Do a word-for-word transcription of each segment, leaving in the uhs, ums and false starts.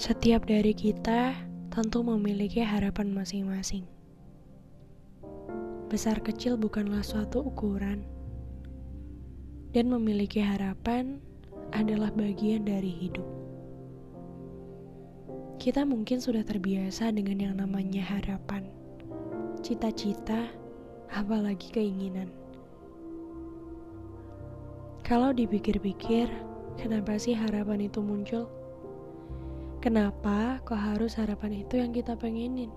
Setiap dari kita tentu memiliki harapan masing-masing. Besar kecil bukanlah suatu ukuran, dan memiliki harapan adalah bagian dari hidup. Kita mungkin sudah terbiasa dengan yang namanya harapan, cita-cita, apalagi keinginan. Kalau dipikir-pikir, kenapa sih harapan itu muncul? Kenapa kok harus harapan itu yang kita pengenin?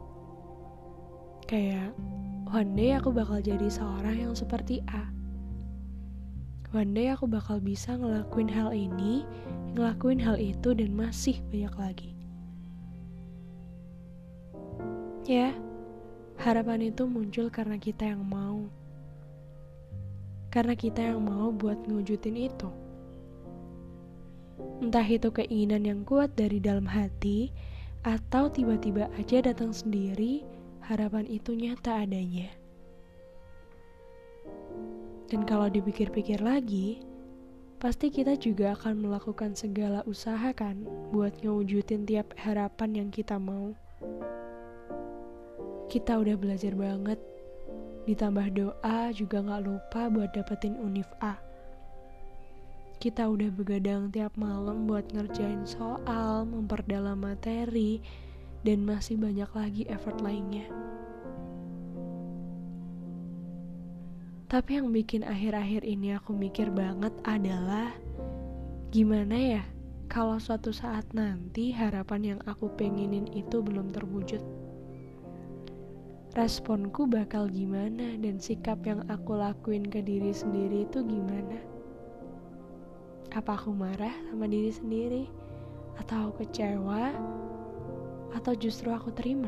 Kayak, one day aku bakal jadi seorang yang seperti A. One day aku bakal bisa ngelakuin hal ini, ngelakuin hal itu, dan masih banyak lagi. Ya, harapan itu muncul karena kita yang mau. Karena kita yang mau buat ngewujudin itu. Entah itu keinginan yang kuat dari dalam hati, atau tiba-tiba aja datang sendiri, harapan itu nyata adanya. Dan kalau dipikir-pikir lagi, pasti kita juga akan melakukan segala usaha kan buat ngewujudin tiap harapan yang kita mau. Kita udah belajar banget, ditambah doa juga gak lupa buat dapetin univ A. Kita udah begadang tiap malam buat ngerjain soal, memperdalam materi, dan masih banyak lagi effort lainnya. Tapi yang bikin akhir-akhir ini aku mikir banget adalah gimana ya kalau suatu saat nanti harapan yang aku pengenin itu belum terwujud. Responku bakal gimana dan sikap yang aku lakuin ke diri sendiri itu gimana? Apa aku marah sama diri sendiri? Atau aku kecewa? Atau justru aku terima?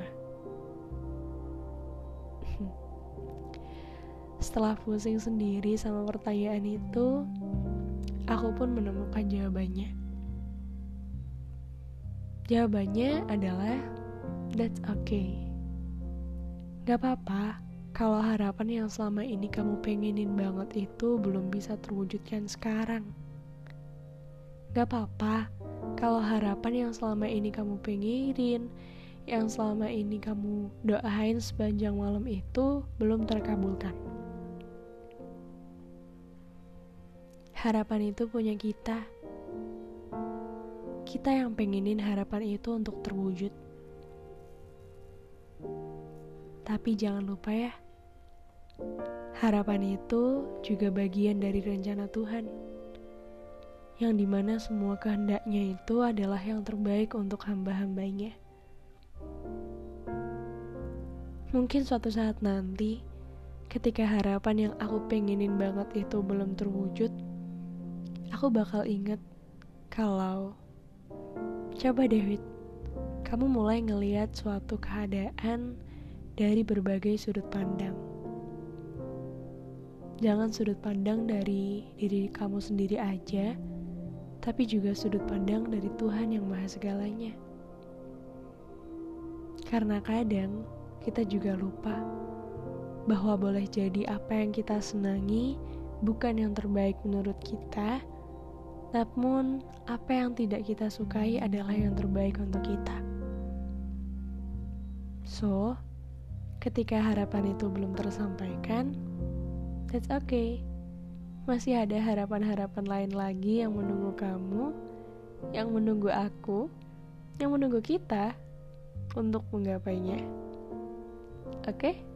Setelah pusing sendiri sama pertanyaan itu, aku pun menemukan jawabannya. Jawabannya adalah, that's okay. Gak apa-apa kalau harapan yang selama ini kamu pengenin banget itu belum bisa terwujudkan sekarang. Gak apa-apa kalau harapan yang selama ini kamu pengenin, yang selama ini kamu doain sepanjang malam itu belum terkabulkan. Harapan itu punya kita. Kita yang pengenin harapan itu untuk terwujud. Tapi jangan lupa ya, harapan itu juga bagian dari rencana Tuhan, yang dimana semua kehendaknya itu adalah yang terbaik untuk hamba-hambanya. Mungkin suatu saat nanti, ketika harapan yang aku pengenin banget itu belum terwujud, aku bakal inget kalau, coba deh Wit, kamu mulai ngelihat suatu keadaan dari berbagai sudut pandang. Jangan sudut pandang dari diri kamu sendiri aja, tapi juga sudut pandang dari Tuhan yang Maha Segalanya. Karena kadang kita juga lupa bahwa boleh jadi apa yang kita senangi bukan yang terbaik menurut kita, namun apa yang tidak kita sukai adalah yang terbaik untuk kita. So, ketika harapan itu belum tersampaikan, that's okay. Masih ada harapan-harapan lain lagi yang menunggu kamu, yang menunggu aku, yang menunggu kita untuk menggapainya. Oke? Okay?